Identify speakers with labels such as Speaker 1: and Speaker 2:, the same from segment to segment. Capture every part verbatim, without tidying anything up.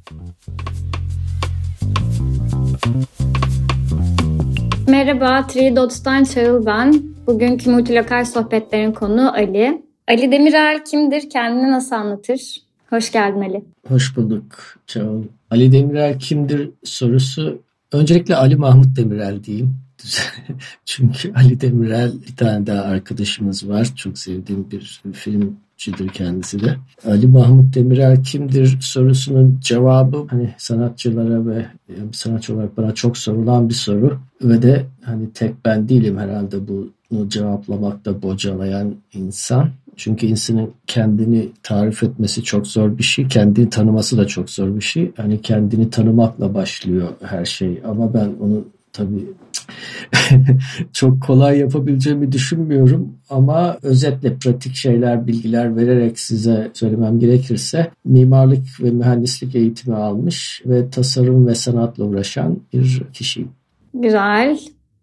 Speaker 1: Merhaba, Three Dots'tan Çağıl ben. Bugünkü multilokal sohbetlerin konuğu Ali. Ali Demirel kimdir? Kendini nasıl anlatır? Hoş geldin Ali.
Speaker 2: Hoş bulduk Çağıl. Ali Demirel kimdir sorusu, öncelikle Ali Mahmut Demirel diyeyim. Çünkü Ali Demirel bir tane daha arkadaşımız var. Çok sevdiğim bir filmcidir kendisi de. Ali Mahmut Demirel kimdir sorusunun cevabı hani sanatçılara ve yani sanatçı olarak bana çok sorulan bir soru. Ve de hani tek ben değilim herhalde bunu cevaplamakta bocalayan insan. Çünkü insanın kendini tarif etmesi çok zor bir şey. Kendini tanıması da çok zor bir şey. Hani kendini tanımakla başlıyor her şey. Ama ben onu tabii çok kolay yapabileceğimi düşünmüyorum. Ama özetle pratik şeyler, bilgiler vererek size söylemem gerekirse mimarlık ve mühendislik eğitimi almış ve tasarım ve sanatla uğraşan bir kişiyim.
Speaker 1: Güzel.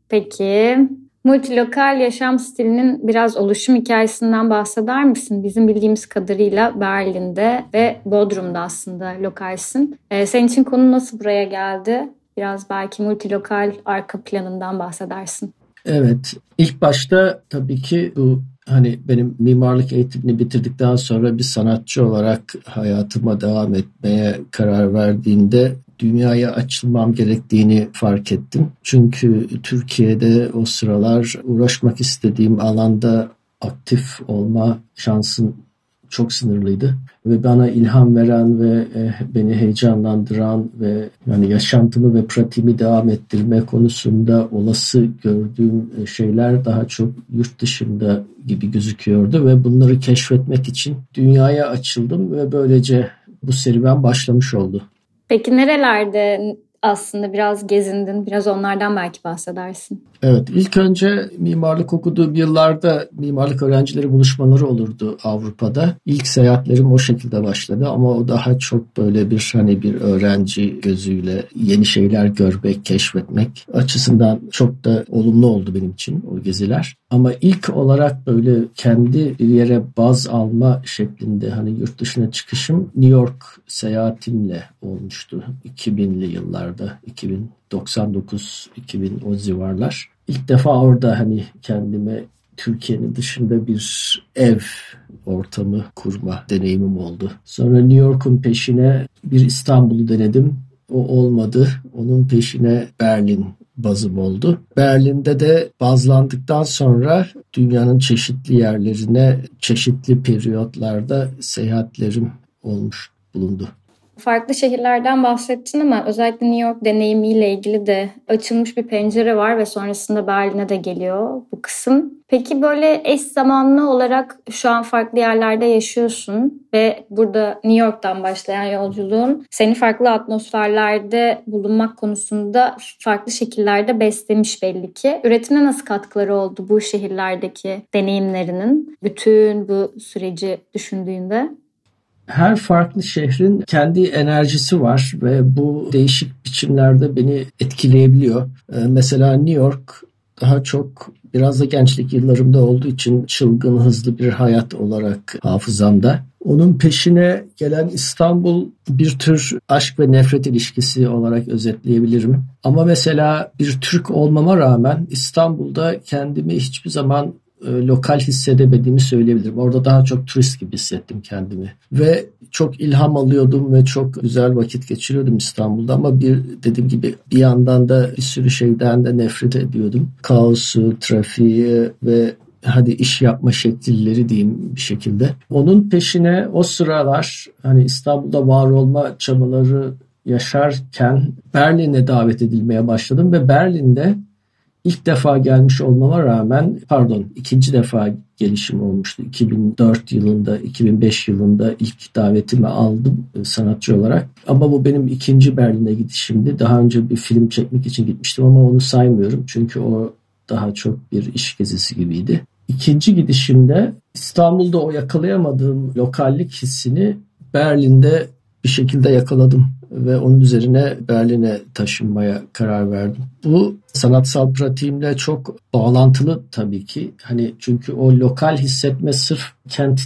Speaker 1: Peki multilokal yaşam stilinin biraz oluşum hikayesinden bahseder misin? Bizim bildiğimiz kadarıyla Berlin'de ve Bodrum'da aslında lokalsin. Ee, senin için konu nasıl buraya geldi? Biraz belki multilokal arka planından bahsedersin.
Speaker 2: Evet. İlk başta tabii ki bu hani benim mimarlık eğitimini bitirdikten sonra bir sanatçı olarak hayatıma devam etmeye karar verdiğimde dünyaya açılmam gerektiğini fark ettim. Çünkü Türkiye'de o sıralar uğraşmak istediğim alanda aktif olma şansım çok sınırlıydı. Ve bana ilham veren ve beni heyecanlandıran ve yani yaşantımı ve pratiğimi devam ettirme konusunda olası gördüğüm şeyler daha çok yurt dışında gibi gözüküyordu ve bunları keşfetmek için dünyaya açıldım ve böylece bu serüven başlamış oldu.
Speaker 1: Peki nerelerde aslında biraz gezindin? Biraz onlardan belki bahsedersin.
Speaker 2: Evet, ilk önce mimarlık okuduğum yıllarda mimarlık öğrencileri buluşmaları olurdu Avrupa'da. İlk seyahatlerim o şekilde başladı ama o daha çok böyle bir hani bir öğrenci gözüyle yeni şeyler görmek, keşfetmek açısından çok da olumlu oldu benim için o geziler. Ama ilk olarak böyle kendi bir yere baz alma şeklinde hani yurt dışına çıkışım New York seyahatimle olmuştu iki binli yıllarda, iki bin doksan dokuz iki bin o civarlar. İlk defa orada hani kendime Türkiye'nin dışında bir ev ortamı kurma deneyimim oldu. Sonra New York'un peşine bir İstanbul'u denedim. O olmadı. Onun peşine Berlin bazım oldu. Berlin'de de bazlandıktan sonra dünyanın çeşitli yerlerine çeşitli periyotlarda seyahatlerim olmuş bulundu.
Speaker 1: Farklı şehirlerden bahsettin ama özellikle New York deneyimiyle ilgili de açılmış bir pencere var ve sonrasında Berlin'e de geliyor bu kısım. Peki böyle eş zamanlı olarak şu an farklı yerlerde yaşıyorsun ve burada New York'tan başlayan yolculuğun seni farklı atmosferlerde bulunmak konusunda farklı şekillerde beslemiş belli ki. Üretimine nasıl katkıları oldu bu şehirlerdeki deneyimlerinin bütün bu süreci düşündüğünde?
Speaker 2: Her farklı şehrin kendi enerjisi var ve bu değişik biçimlerde beni etkileyebiliyor. Mesela New York daha çok biraz da gençlik yıllarımda olduğu için çılgın, hızlı bir hayat olarak hafızamda. Onun peşine gelen İstanbul bir tür aşk ve nefret ilişkisi olarak özetleyebilirim. Ama mesela bir Türk olmama rağmen İstanbul'da kendimi hiçbir zaman lokal hissedemediğimi söyleyebilirim. Orada daha çok turist gibi hissettim kendimi. Ve çok ilham alıyordum ve çok güzel vakit geçiriyordum İstanbul'da ama bir dediğim gibi bir yandan da bir sürü şeyden de nefret ediyordum. Kaosu, trafiği ve hadi iş yapma şekilleri diyeyim bir şekilde. Onun peşine o sıralar hani İstanbul'da var olma çabaları yaşarken Berlin'e davet edilmeye başladım ve Berlin'de İlk defa gelmiş olmama rağmen, pardon ikinci defa gelişim olmuştu. iki bin dört yılında, iki bin beş yılında ilk davetimi aldım sanatçı olarak. Ama bu benim ikinci Berlin'e gidişimdi. Daha önce bir film çekmek için gitmiştim ama onu saymıyorum. Çünkü o daha çok bir iş gezisi gibiydi. İkinci gidişimde İstanbul'da o yakalayamadığım lokallik hissini Berlin'de bir şekilde yakaladım. Ve onun üzerine Berlin'e taşınmaya karar verdim. Bu sanatsal pratiğimle çok bağlantılı tabii ki. Hani çünkü o lokal hissetme sırf kentle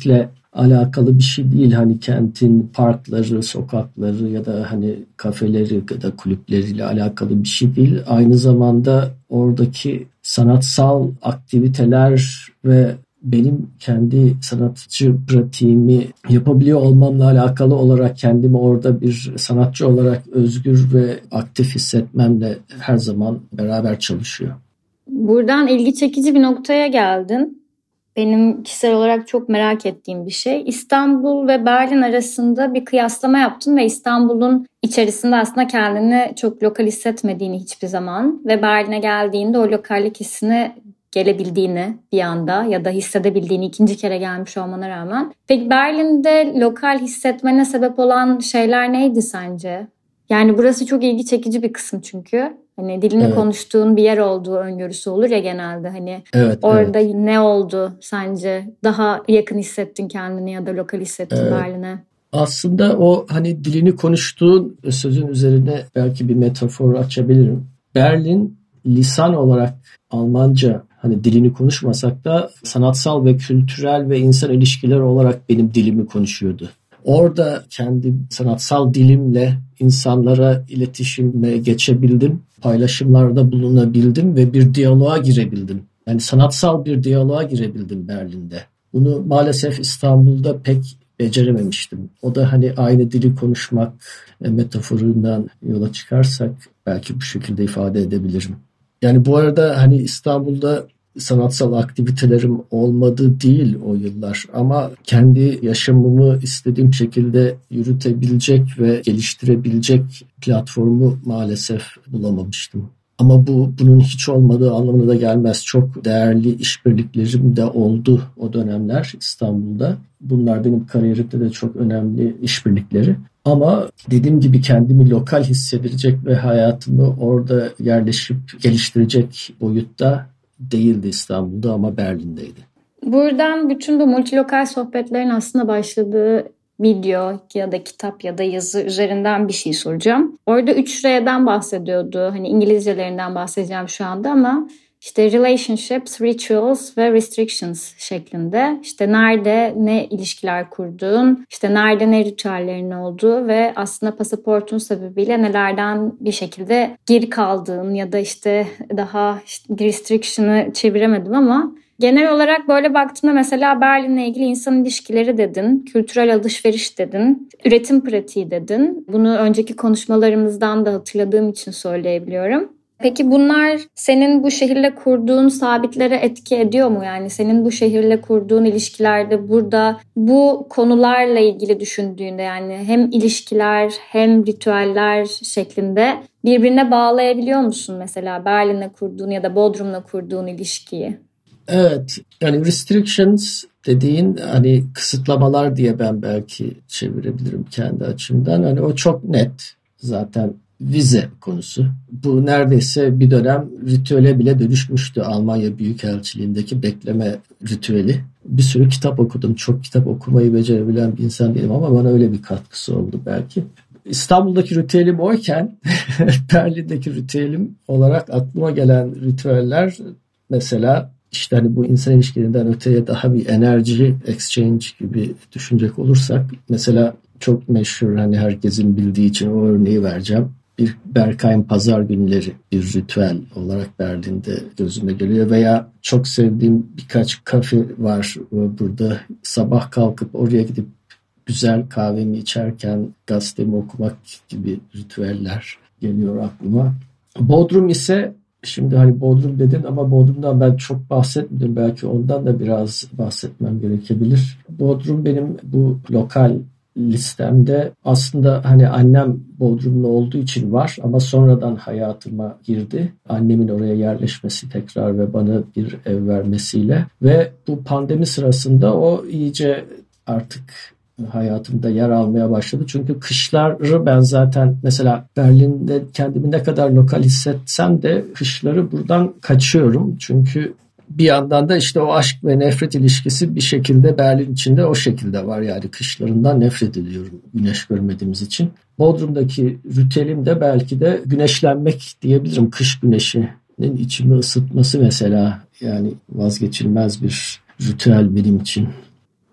Speaker 2: alakalı bir şey değil. Hani kentin parkları, sokakları ya da hani kafeleri ya da kulüpleriyle alakalı bir şey değil. Aynı zamanda oradaki sanatsal aktiviteler ve benim kendi sanatçı pratiğimi yapabiliyor olmamla alakalı olarak kendimi orada bir sanatçı olarak özgür ve aktif hissetmemle her zaman beraber çalışıyor.
Speaker 1: Buradan ilgi çekici bir noktaya geldin. Benim kişisel olarak çok merak ettiğim bir şey. İstanbul ve Berlin arasında bir kıyaslama yaptın ve İstanbul'un içerisinde aslında kendini çok lokal hissetmediğini hiçbir zaman ve Berlin'e geldiğinde o lokallik hissine gelebildiğini bir anda ya da hissedebildiğini ikinci kere gelmiş olmana rağmen. Peki Berlin'de lokal hissetmene sebep olan şeyler neydi sence? Yani burası çok ilgi çekici bir kısım çünkü. Hani dilini evet. konuştuğun bir yer olduğu öngörüsü olur ya genelde. Hani evet, orada evet. ne oldu sence? Daha yakın hissettin kendini ya da lokal hissettin evet. Berlin'e.
Speaker 2: Aslında o hani dilini konuştuğun sözün üzerine belki bir metafor açabilirim. Berlin lisan olarak Almanca hani dilini konuşmasak da sanatsal ve kültürel ve insan ilişkileri olarak benim dilimi konuşuyordu. Orada kendi sanatsal dilimle insanlara iletişime geçebildim, paylaşımlarda bulunabildim ve bir diyaloğa girebildim. Yani sanatsal bir diyaloğa girebildim Berlin'de. Bunu maalesef İstanbul'da pek becerememiştim. O da hani aynı dili konuşmak metaforundan yola çıkarsak belki bu şekilde ifade edebilirim. Yani bu arada hani İstanbul'da sanatsal aktivitelerim olmadı değil o yıllar ama kendi yaşamımı istediğim şekilde yürütebilecek ve geliştirebilecek platformu maalesef bulamamıştım. Ama bu bunun hiç olmadığı anlamına da gelmez. Çok değerli işbirliklerim de oldu o dönemler İstanbul'da. Bunlar benim kariyerimde de çok önemli işbirlikleri. Ama dediğim gibi kendimi lokal hissedecek ve hayatımı orada yerleşip geliştirecek boyutta değildi İstanbul'da ama Berlin'deydi.
Speaker 1: Buradan bütün bu multilokal sohbetlerin aslında başladığı video ya da kitap ya da yazı üzerinden bir şey soracağım. Orada üç R'den bahsediyordu. Hani İngilizcelerinden bahsedeceğim şu anda ama işte relationships, rituals ve restrictions şeklinde. İşte nerede ne ilişkiler kurduğun, işte nerede ne ritüellerin olduğu ve aslında pasaportun sebebiyle nelerden bir şekilde geri kaldığın ya da işte daha işte restriction'ı çeviremedim ama genel olarak böyle baktığımda mesela Berlin'le ilgili insan ilişkileri dedin, kültürel alışveriş dedin, üretim pratiği dedin. Bunu önceki konuşmalarımızdan da hatırladığım için söyleyebiliyorum. Peki bunlar senin bu şehirle kurduğun sabitlere etki ediyor mu? Yani senin bu şehirle kurduğun ilişkilerde burada bu konularla ilgili düşündüğünde yani hem ilişkiler hem ritüeller şeklinde birbirine bağlayabiliyor musun mesela Berlin'le kurduğun ya da Bodrum'la kurduğun ilişkiyi?
Speaker 2: Evet, yani restrictions dediğin hani kısıtlamalar diye ben belki çevirebilirim kendi açımdan. Hani o çok net zaten vize konusu. Bu neredeyse bir dönem ritüele bile dönüşmüştü Almanya Büyükelçiliğindeki bekleme ritüeli. Bir sürü kitap okudum. Çok kitap okumayı becerebilen bir insan değilim ama bana öyle bir katkısı oldu belki. İstanbul'daki ritüelim oyken Berlin'deki ritüelim olarak aklıma gelen ritüeller mesela İşte hani bu insan ilişkilerinden öteye daha bir enerji exchange gibi düşünecek olursak mesela çok meşhur hani herkesin bildiği için o örneği vereceğim. Bir Berghain pazar günleri bir ritüel olarak Berlin'de gözüme geliyor veya çok sevdiğim birkaç kafe var burada. Sabah kalkıp oraya gidip güzel kahvemi içerken gazetemi okumak gibi ritüeller geliyor aklıma. Bodrum ise şimdi hani Bodrum dedin ama Bodrum'dan ben çok bahsetmedim. Belki ondan da biraz bahsetmem gerekebilir. Bodrum benim bu lokal listemde aslında hani annem Bodrumlu olduğu için var ama sonradan hayatıma girdi. Annemin oraya yerleşmesi tekrar ve bana bir ev vermesiyle ve bu pandemi sırasında o iyice artık hayatımda yer almaya başladı. Çünkü kışları ben zaten mesela Berlin'de kendimi ne kadar lokal hissetsem de kışları buradan kaçıyorum. Çünkü bir yandan da işte o aşk ve nefret ilişkisi bir şekilde Berlin içinde o şekilde var. Yani kışlarından nefret ediyorum güneş görmediğimiz için. Bodrum'daki ritüelim de belki de güneşlenmek diyebilirim. Kış güneşinin içimi ısıtması mesela yani vazgeçilmez bir ritüel benim için.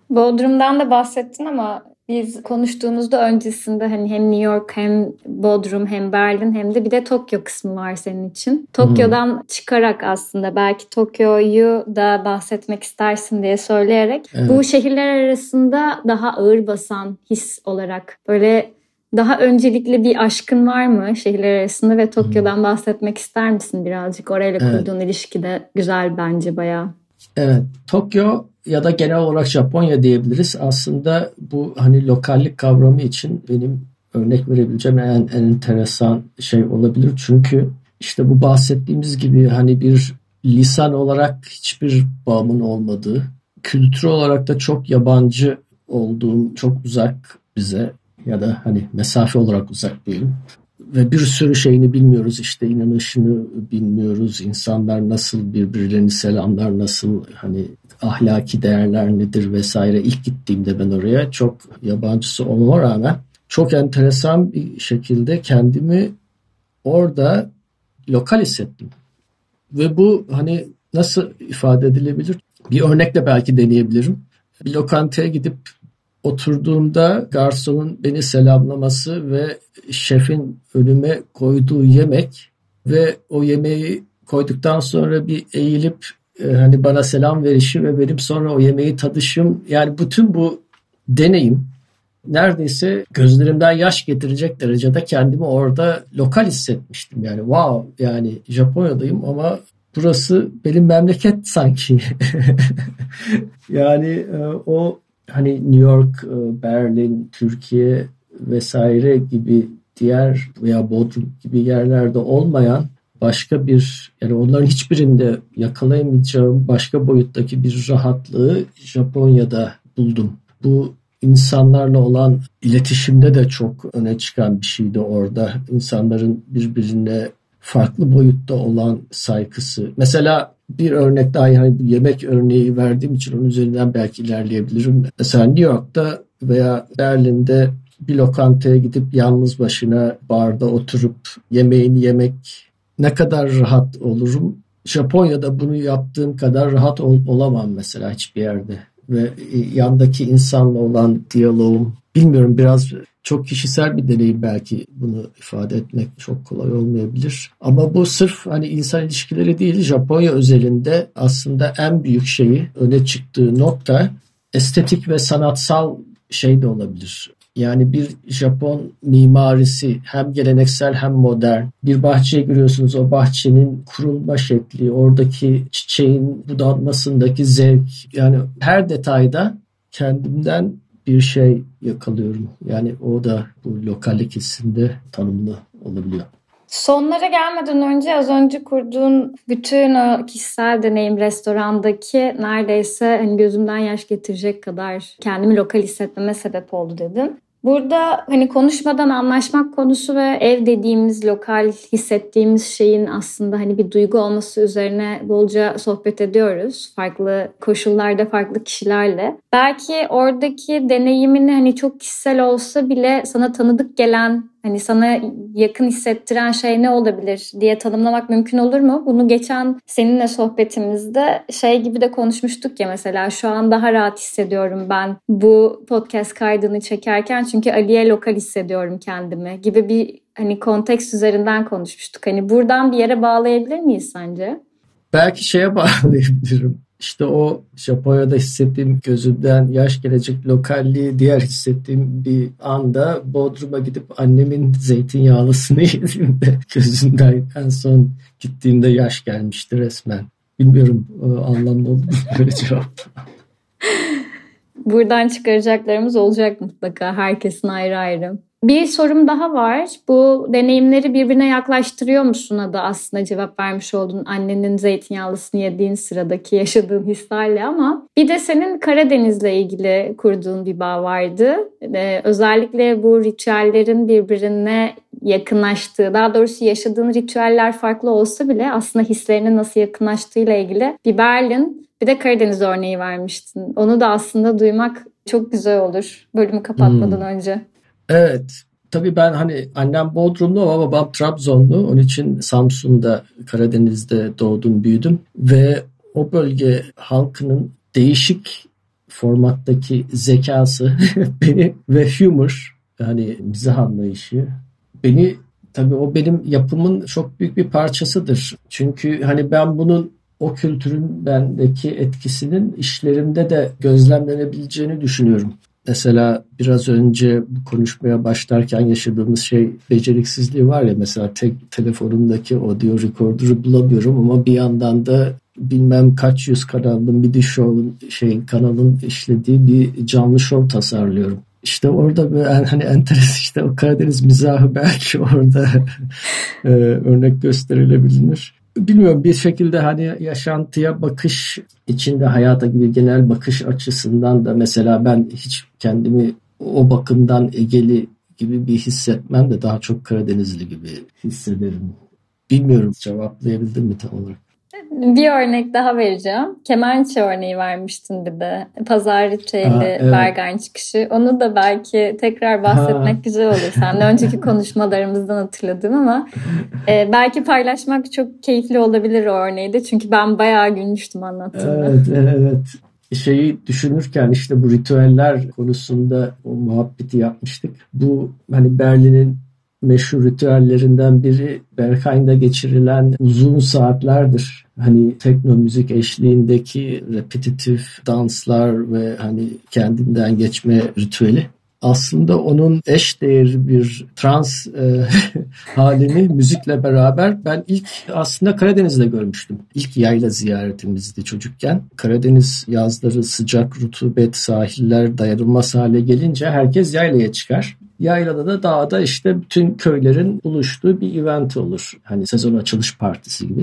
Speaker 1: Bodrum'dan da bahsettin ama biz konuştuğumuzda öncesinde hani hem New York hem Bodrum hem Berlin hem de bir de Tokyo kısmı var senin için. Tokyo'dan hmm. çıkarak aslında belki Tokyo'yu da bahsetmek istersin diye söyleyerek evet. Bu şehirler arasında daha ağır basan his olarak böyle daha öncelikli bir aşkın var mı şehirler arasında ve Tokyo'dan hmm. bahsetmek ister misin birazcık? Orayla evet. kurduğun ilişki de güzel bence bayağı.
Speaker 2: Evet, Tokyo ya da genel olarak Japonya diyebiliriz. Aslında bu hani lokallik kavramı için benim örnek verebileceğim en, en enteresan şey olabilir. Çünkü işte bu bahsettiğimiz gibi hani bir lisan olarak hiçbir bağımın olmadığı, kültür olarak da çok yabancı olduğum, çok uzak bize ya da hani mesafe olarak uzak diyelim. Ve bir sürü şeyini bilmiyoruz, işte inanışını bilmiyoruz, insanlar nasıl birbirlerini selamlar, nasıl hani ahlaki değerler nedir vesaire. İlk gittiğimde ben oraya çok yabancısı olmama rağmen çok enteresan bir şekilde kendimi orada lokal hissettim. Ve bu hani nasıl ifade edilebilir? Bir örnekle belki deneyebilirim. Bir lokantaya gidip oturduğumda garsonun beni selamlaması ve şefin önüme koyduğu yemek ve o yemeği koyduktan sonra bir eğilip e, hani bana selam verişi ve benim sonra o yemeği tadışım, yani bütün bu deneyim neredeyse gözlerimden yaş getirecek derecede kendimi orada lokal hissetmiştim. Yani wow, yani Japonya'dayım ama burası benim memleket sanki. yani e, o hani New York, Berlin, Türkiye vesaire gibi diğer veya Bodrum gibi yerlerde olmayan başka bir, yani onların hiçbirinde yakalayamayacağım başka boyuttaki bir rahatlığı Japonya'da buldum. Bu insanlarla olan iletişimde de çok öne çıkan bir şeydi orada. İnsanların birbirine farklı boyutta olan saygısı. Mesela bir örnek daha, yani yemek örneği verdiğim için onun üzerinden belki ilerleyebilirim. Mesela New York'ta veya Berlin'de bir lokantaya gidip yalnız başına barda oturup yemeğini yemek ne kadar rahat olurum. Japonya'da bunu yaptığım kadar rahat ol- olamam mesela hiçbir yerde. Ve yandaki insanla olan diyaloğum, bilmiyorum, biraz çok kişisel bir deneyim, belki bunu ifade etmek çok kolay olmayabilir. Ama bu sırf hani insan ilişkileri değil, Japonya özelinde aslında en büyük şeyi, öne çıktığı nokta estetik ve sanatsal şey de olabilir. Yani bir Japon mimarisi hem geleneksel hem modern. Bir bahçeye giriyorsunuz, o bahçenin kurulma şekli, oradaki çiçeğin budanmasındaki zevk. Yani her detayda kendimden bir şey yakalıyorum. Yani o da bu lokallik hissinde tanımlı olabiliyor.
Speaker 1: Sonlara gelmeden önce az önce kurduğun bütün o kişisel deneyim restorandaki neredeyse hani gözümden yaş getirecek kadar kendimi lokal hissetmeme sebep oldu dedin. Burada hani konuşmadan anlaşmak konusu ve ev dediğimiz lokal hissettiğimiz şeyin aslında hani bir duygu olması üzerine bolca sohbet ediyoruz. Farklı koşullarda farklı kişilerle. Belki oradaki deneyimini hani çok kişisel olsa bile sana tanıdık gelen, hani sana yakın hissettiren şey ne olabilir diye tanımlamak mümkün olur mu? Bunu geçen seninle sohbetimizde şey gibi de konuşmuştuk ya, mesela şu an daha rahat hissediyorum ben bu podcast kaydını çekerken çünkü Ali'ye lokal hissediyorum kendimi gibi bir hani kontekst üzerinden konuşmuştuk. Hani buradan bir yere bağlayabilir miyiz sence?
Speaker 2: Belki şeye bağlayabilirim. İşte o Japonya'da hissettiğim, gözümden yaş gelecek lokalliği diğer hissettiğim bir anda Bodrum'a gidip annemin zeytinyağlısını yediğimde gözümden en son gittiğimde yaş gelmişti resmen. Bilmiyorum anlamlı oldu mu böyle cevap.
Speaker 1: Buradan çıkaracaklarımız olacak mutlaka, herkesin ayrı ayrı. Bir sorum daha var. Bu deneyimleri birbirine yaklaştırıyor musun da aslında cevap vermiş oldun annenin zeytinyağlısını yediğin sıradaki yaşadığın hislerle, ama bir de senin Karadeniz'le ilgili kurduğun bir bağ vardı. Ee, özellikle bu ritüellerin birbirine yakınlaştığı, daha doğrusu yaşadığın ritüeller farklı olsa bile aslında hislerinin nasıl yakınlaştığıyla ilgili bir Berlin, bir de Karadeniz örneği vermiştin. Onu da aslında duymak çok güzel olur bölümü kapatmadan hmm. önce.
Speaker 2: Evet. Tabii ben hani annem Bodrumlu ama babam Trabzonlu. Onun için Samsun'da, Karadeniz'de doğdum, büyüdüm. Ve o bölge halkının değişik formattaki zekası beni ve humor, yani mizah anlayışı beni, tabii o benim yapımın çok büyük bir parçasıdır. Çünkü hani ben bunun, o kültürün bendeki etkisinin işlerimde de gözlemlenebileceğini düşünüyorum. Mesela biraz önce bu konuşmaya başlarken yaşadığımız şey beceriksizliği var ya, mesela tek telefonumdaki audio recorder'ı bulamıyorum ama bir yandan da bilmem kaç yüz kanallı MIDI show'un şey kanalın işlediği bir canlı show tasarlıyorum. İşte orada böyle hani enteresan, işte o Karadeniz mizahı belki orada e, örnek gösterilebilir. Bilmiyorum, bir şekilde hani yaşantıya bakış içinde, hayata gibi genel bakış açısından da mesela ben hiç kendimi o bakımdan Egeli gibi bir hissetmem de daha çok Karadenizli gibi hissederim. Bilmiyorum, cevaplayabildim mi tam olarak?
Speaker 1: Bir örnek daha vereceğim. Kemençe örneği vermiştin bir de. Pazar ritüeli,
Speaker 2: evet.
Speaker 1: Berghain çıkışı. Onu da belki tekrar bahsetmek ha. güzel olur. Seninle önceki konuşmalarımızdan hatırladım ama e, belki paylaşmak çok keyifli olabilir o örneği de. Çünkü ben bayağı gülmüştüm anlattığımda.
Speaker 2: Evet, evet. Şeyi düşünürken işte bu ritüeller konusunda o muhabbeti yapmıştık. Bu hani Berlin'in meşhur ritüellerinden biri Berghain'de geçirilen uzun saatlerdir hani tekno müzik eşliğindeki repetitif danslar ve hani kendinden geçme ritüeli. Aslında onun eş değeri bir trans e, halini müzikle beraber ben ilk aslında Karadeniz'de görmüştüm. İlk yayla ziyaretimizdi çocukken. Karadeniz yazları sıcak, rutubet, sahiller dayanılmaz hale gelince herkes yaylaya çıkar. Yaylada da dağda işte bütün köylerin buluştuğu bir event olur. Hani sezon açılış partisi gibi.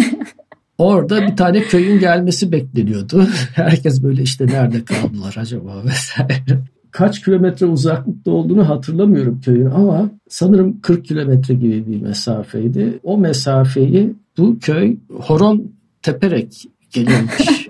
Speaker 2: Orada bir tane köyün gelmesi bekleniyordu. Herkes böyle işte nerede kaldılar acaba vesaire. Kaç kilometre uzaklıkta olduğunu hatırlamıyorum köyün ama sanırım kırk kilometre gibi bir mesafeydi. O mesafeyi bu köy horon teperek gelirmiş.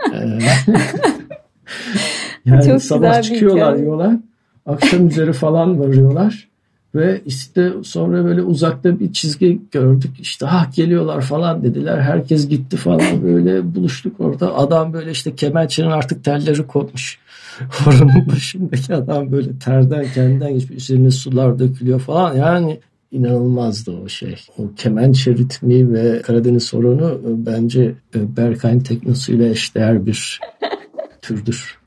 Speaker 2: Yani çok sabah çıkıyorlar yola, akşam üzeri falan varıyorlar ve işte sonra böyle uzakta bir çizgi gördük, işte ha geliyorlar falan dediler, herkes gitti falan, böyle buluştuk orada. Adam böyle işte kemençenin artık telleri kopmuş. Horonun başındaki adam böyle terden kendinden geçmiş, üzerine sular dökülüyor falan, yani inanılmazdı o şey. O kemençe ritmi ve Karadeniz horonu bence Berghain teknosuyla eşdeğer bir türdür.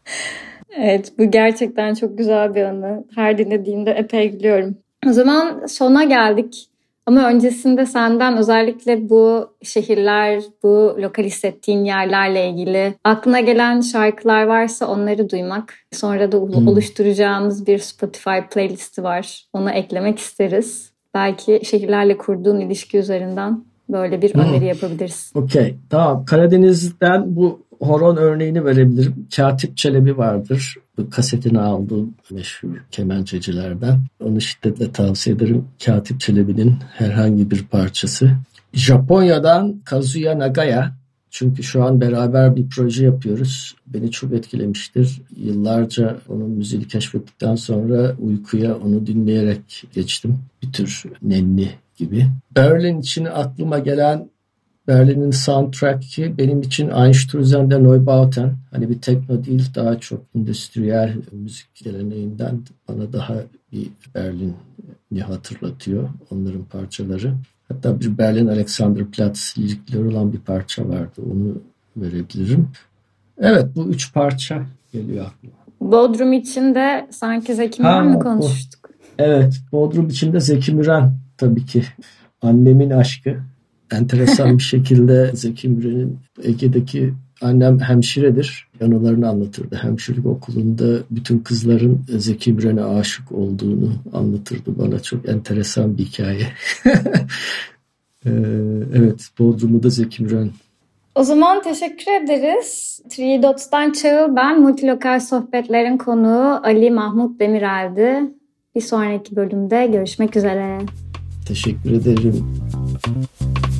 Speaker 1: Evet, bu gerçekten çok güzel bir anı. Her dinlediğimde epey gülüyorum. O zaman sona geldik. Ama öncesinde senden özellikle bu şehirler, bu lokal hissettiğin yerlerle ilgili aklına gelen şarkılar varsa onları duymak. Sonra da hmm. oluşturacağımız bir Spotify playlisti var. Ona eklemek isteriz. Belki şehirlerle kurduğun ilişki üzerinden böyle bir hmm. öneri yapabiliriz.
Speaker 2: Okey, tamam. Karadeniz'den bu horon örneğini verebilirim. Katip Çelebi vardır. Bu kasetini aldığım meşhur kemençecilerden. Onu şiddetle tavsiye ederim. Katip Çelebi'nin herhangi bir parçası. Japonya'dan Kazuya Nagaya. Çünkü şu an beraber bir proje yapıyoruz. Beni çok etkilemiştir. Yıllarca onun müziğini keşfettikten sonra uykuya onu dinleyerek geçtim. Bir tür nenni gibi. Berlin için aklıma gelen Berlin'in soundtrack'i benim için Einstürzen der Neubauten. Hani bir tekno değil, daha çok endüstriyel müzik geleneğinden bana daha bir Berlin'i hatırlatıyor onların parçaları. Hatta bir Berlin Alexanderplatz lirikleri olan bir parça vardı, onu verebilirim. Evet, bu üç parça geliyor aklıma.
Speaker 1: Bodrum için de sanki Zeki Müren mi konuştuk?
Speaker 2: Evet, Bodrum için de Zeki Müren tabii ki. Annemin aşkı. Enteresan bir şekilde Zeki Müren'in, Ege'deki annem hemşiredir. Anılarını anlatırdı. Hemşirelik okulunda bütün kızların Zeki Müren'e aşık olduğunu anlatırdı bana. Çok enteresan bir hikaye. Evet, Bodrum'da Zeki Müren.
Speaker 1: O zaman teşekkür ederiz. Three Dots'tan Çağıl ben. Multilokal sohbetlerin konuğu Ali Mahmut Demirel'di. Bir sonraki bölümde görüşmek üzere.
Speaker 2: Teşekkür ederim.